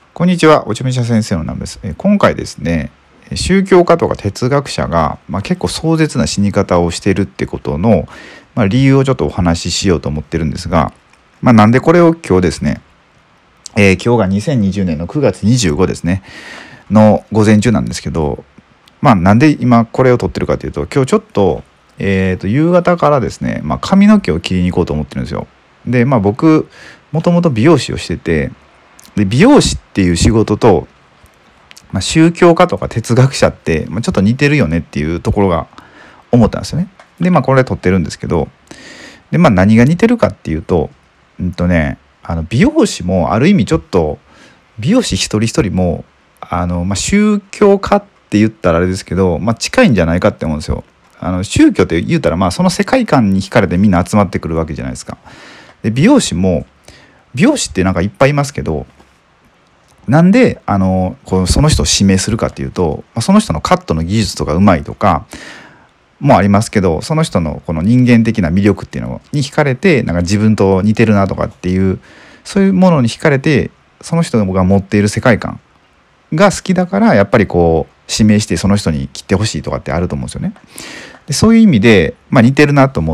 こんにちは、おちょめしゃ先生のナムです。今回ですね、宗教家とか哲学者が、結構壮絶な死に方をしているってことの、理由をちょっとお話ししようと思ってるんですが、なんでこれを今日ですね、今日が2020年の9月25ですね、の午前中なんですけど、なんで今これを撮ってるかというと、今日ちょっと、夕方からですね、髪の毛を切りに行こうと思ってるんですよ。で、僕、もともと美容師をしてて、で美容師っていう仕事と、宗教家とか哲学者って、ちょっと似てるよねっていうところが思ったんですよね。でこれ撮ってるんですけど、で何が似てるかっていうと美容師もある意味ちょっと美容師一人一人も宗教家って言ったらあれですけど、近いんじゃないかって思うんですよ。宗教って言ったらその世界観に惹かれてみんな集まってくるわけじゃないですか。で美容師ってなんかいっぱいいますけど、なんでその人を指名するかっていうと、その人のカットの技術とかうまいとかもありますけど、その人のこの人間的な魅力っていうのに惹かれて、なんか自分と似てるなとかっていう、そういうものに惹かれて、その人が持っている世界観が好きだからやっぱり指名してその人に切ってほしいとかってあると思うんですよね。でそういう意味で、似てるなと思って、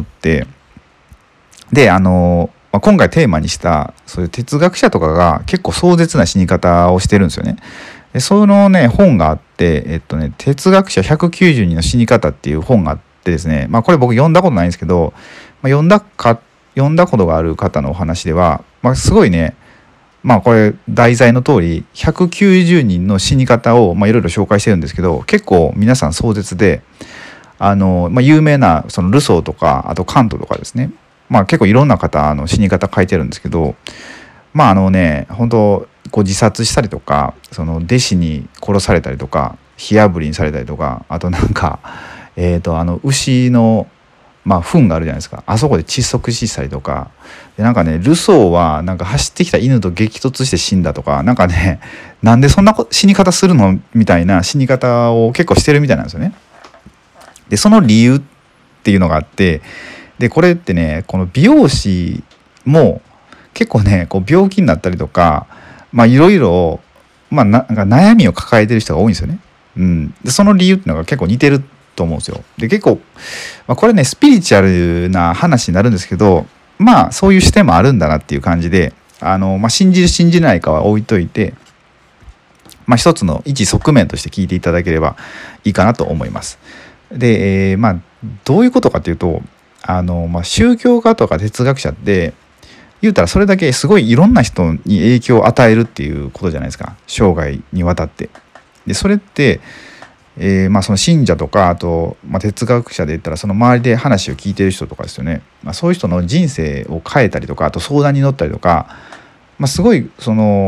で今回テーマにしたそういう哲学者とかが結構壮絶な死に方をしてるんですよね。でそのね本があって、哲学者192の死に方っていう本があってですね、これ僕読んだことないんですけど、読んだことがある方のお話では、すごいね、これ題材の通り190人の死に方をいろいろ紹介してるんですけど、結構皆さん壮絶で、有名なそのルソーとかあとカントとかですね、結構いろんな方の死に方書いてるんですけど、本当自殺したりとか、その弟子に殺されたりとか火あぶりにされたりとか、あと牛の糞があるじゃないですか、あそこで窒息死したりとかで、ルソーは走ってきた犬と激突して死んだとか、なんでそんな死に方するのみたいな死に方を結構してるみたいなんですよね。でその理由っていうのがあって、でこれってね、この美容師も結構ね病気になったりとか、いろいろなんか悩みを抱えてる人が多いんですよね。でその理由っていうのが結構似てると思うんですよ。で結構、これねスピリチュアルな話になるんですけど、そういう視点もあるんだなっていう感じで、信じる信じないかは置いといて、一つの一側面として聞いていただければいいかなと思います。で、どういうことかというと、宗教家とか哲学者って言うたらそれだけすごいいろんな人に影響を与えるっていうことじゃないですか、生涯にわたって。でそれって、その信者とか、あと、哲学者で言ったらその周りで話を聞いてる人とかですよね。そういう人の人生を変えたりとか、あと相談に乗ったりとか、すごい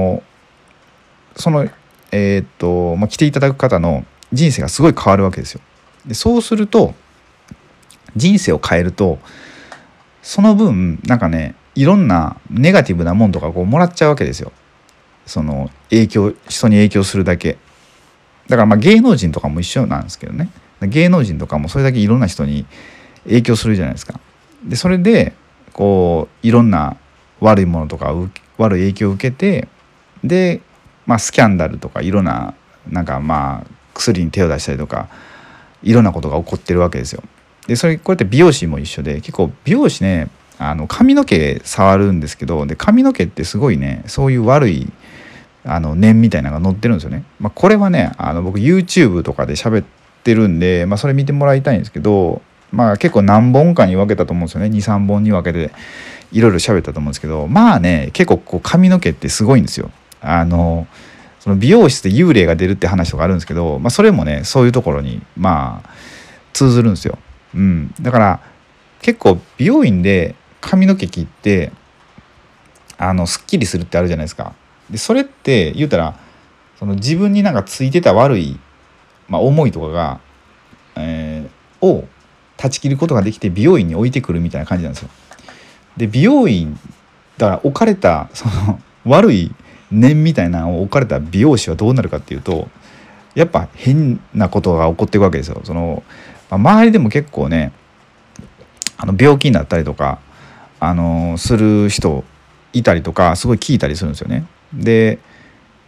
来ていただく方の人生がすごい変わるわけですよ。でそうすると、人生を変えると、その分いろんなネガティブなもんとかもらっちゃうわけですよ。その人に影響するだけだから、芸能人とかも一緒なんですけどね。芸能人とかもそれだけいろんな人に影響するじゃないですか。でそれでいろんな悪いものとか悪い影響を受けて、でスキャンダルとかいろんな薬に手を出したりとか、いろんなことが起こってるわけですよ。でこうやって美容師も一緒で、結構美容師ね、髪の毛触るんですけど、で髪の毛ってすごいね、そういう悪い念みたいなのが載ってるんですよね。これはね僕 YouTube とかで喋ってるんで、それ見てもらいたいんですけど、結構何本かに分けたと思うんですよね。 2,3 本に分けていろいろ喋ったと思うんですけど、結構髪の毛ってすごいんですよ。その美容室で幽霊が出るって話とかあるんですけど、それもねそういうところに通ずるんですよ。だから結構美容院で髪の毛切ってすっきりするってあるじゃないですか。でそれって言うたら、その自分についてた悪い、思いとかが、を断ち切ることができて美容院に置いてくるみたいな感じなんですよ。で美容院だから置かれたその悪い念みたいなのを置かれた美容師はどうなるかっていうと、やっぱ変なことが起こっていくわけですよ。周りでも結構ね病気になったりとかする人いたりとか、すごい聞いたりするんですよね。で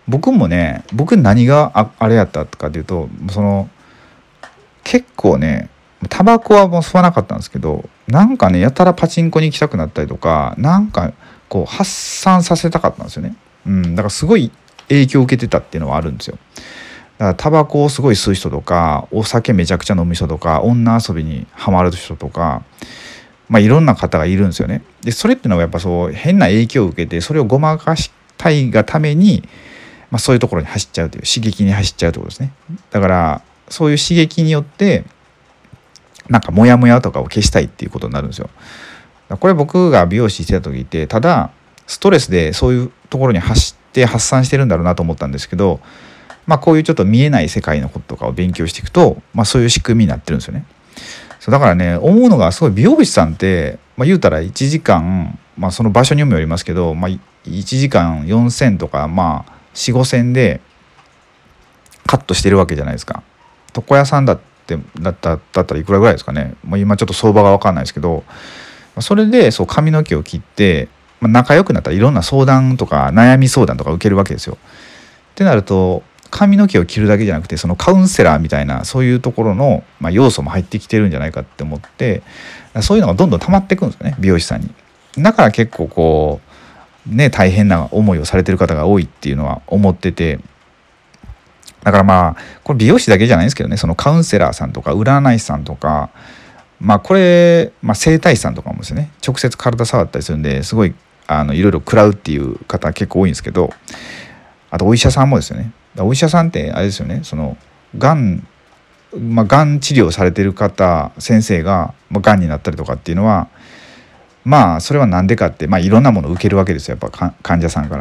僕もね、何があれやったかというと、結構ね、タバコはもう吸わなかったんですけど、なんかねやたらパチンコに行きたくなったりとか、なんかこう発散させたかったんですよね。だからすごい影響を受けてたっていうのはあるんですよ。だからタバコをすごい吸う人とか、お酒めちゃくちゃ飲む人とか、女遊びにハマる人とか、いろんな方がいるんですよね。でそれっていうのはやっぱそう変な影響を受けて、それをごまかしたいがために、そういうところに走っちゃうという、刺激に走っちゃうということですね。だからそういう刺激によってなんかモヤモヤとかを消したいっていうことになるんですよ。これ僕が美容師してた時って、ただストレスでそういうところに走って発散してるんだろうなと思ったんですけど、こういうちょっと見えない世界のこととかを勉強していくと、そういう仕組みになってるんですよね。そうだからね、思うのがすごい美容師さんって、言うたら1時間、その場所にもよりますけど、1時間4000とか4、5000でカットしてるわけじゃないですか。床屋さんだったらいくらぐらいですかね。今ちょっと相場が分かんないですけど、それでそう髪の毛を切って、仲良くなったらいろんな相談とか悩み相談とか受けるわけですよ。ってなると、髪の毛を切るだけじゃなくて、そのカウンセラーみたいなそういうところの、要素も入ってきてるんじゃないかって思って、そういうのがどんどん溜まっていくんですよね、美容師さんに。だから結構こうね、大変な思いをされてる方が多いっていうのは思ってて、だからこれ美容師だけじゃないんですけどね、そのカウンセラーさんとか占い師さんとか、これ、整体師さんとかもですね、直接体触ったりするんで、すごいいろいろ食らうっていう方結構多いんですけど、あとお医者さんもですよね。お医者さんってあれですよね、そのがん治療されてる方、先生ががんになったりとかっていうのは、それは何でかって、いろんなものを受けるわけですよ、やっぱ患者さんから、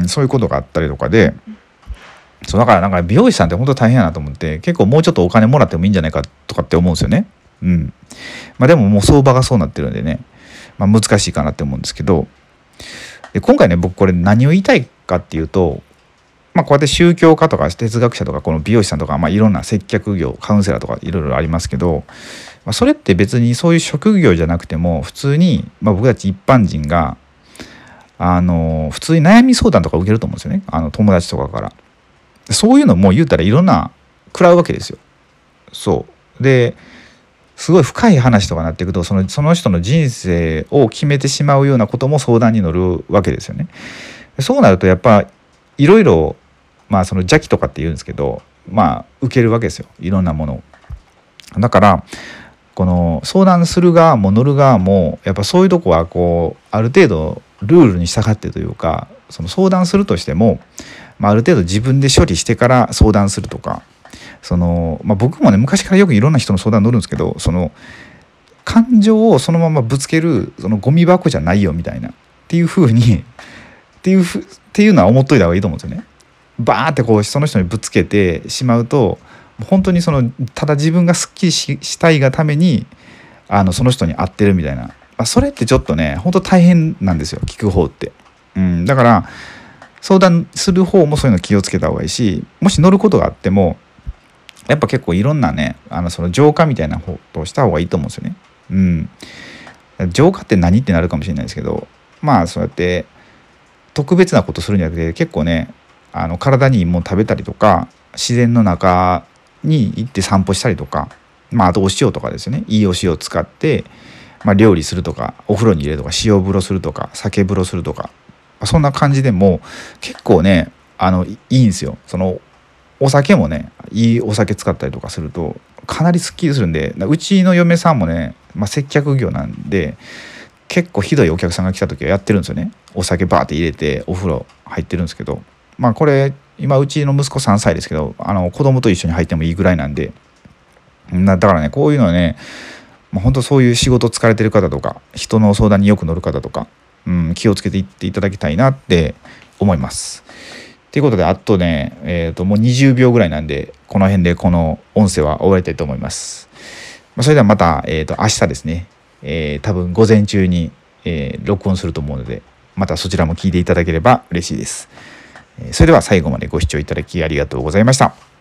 そういうことがあったりとかで、そうだからなんか美容師さんって本当大変やなと思って、結構もうちょっとお金もらってもいいんじゃないかとかって思うんですよね。でももう相場がそうなってるんでね、難しいかなって思うんですけど、で今回ね、僕これ何を言いたいかっていうと、こうやって宗教家とか哲学者とかこの美容師さんとか、いろんな接客業カウンセラーとかいろいろありますけど、それって別にそういう職業じゃなくても普通に、僕たち一般人が普通に悩み相談とか受けると思うんですよね、友達とかから。そういうのも言うたらいろんな食らうわけですよ。そうですごい深い話とかになっていくと、その人の人生を決めてしまうようなことも相談に乗るわけですよね。そうなるとやっぱいろいろその邪気とかって言うんですけど、受けるわけですよ、いろんなものを。だからこの相談する側も乗る側もやっぱそういうとこはこうある程度ルールに従ってというか、その相談するとしても、ある程度自分で処理してから相談するとか、僕もね昔からよくいろんな人の相談乗るんですけど、その感情をそのままぶつけるそのゴミ箱じゃないよみたいなっていう風にっていうのは思っといた方がいいと思うんですよね。バーってこうその人にぶつけてしまうと、本当にただ自分がすっきりしたいがためにその人に会ってるみたいな、それってちょっとね本当大変なんですよ、聞く方って。だから相談する方もそういうの気をつけた方がいいし、もし乗ることがあってもやっぱ結構いろんなねその浄化みたいなことをした方がいいと思うんですよね。浄化って何ってなるかもしれないですけど、そうやって特別なことするんじゃなくて、結構ね体にいいもの食べたりとか、自然の中に行って散歩したりとか、あとお塩とかですね、いいお塩を使って、料理するとか、お風呂に入れるとか、塩風呂するとか、酒風呂するとか、そんな感じでも結構ねいいんですよ。そのお酒もね、いいお酒使ったりとかするとかなりスッキリするんで、うちの嫁さんもね、接客業なんで結構ひどいお客さんが来た時はやってるんですよね。お酒バーって入れてお風呂入ってるんですけど、これ今うちの息子3歳ですけど、子供と一緒に入ってもいいぐらいなんで、だからね、こういうのはね、本当そういう仕事疲れてる方とか、人の相談によく乗る方とか、気をつけていっていただきたいなって思います。ということで、あとね、もう20秒ぐらいなんで、この辺でこの音声は終わりたいと思います。それではまた、明日ですね、多分午前中に、録音すると思うので、またそちらも聞いていただければ嬉しいです。それでは最後までご視聴いただきありがとうございました。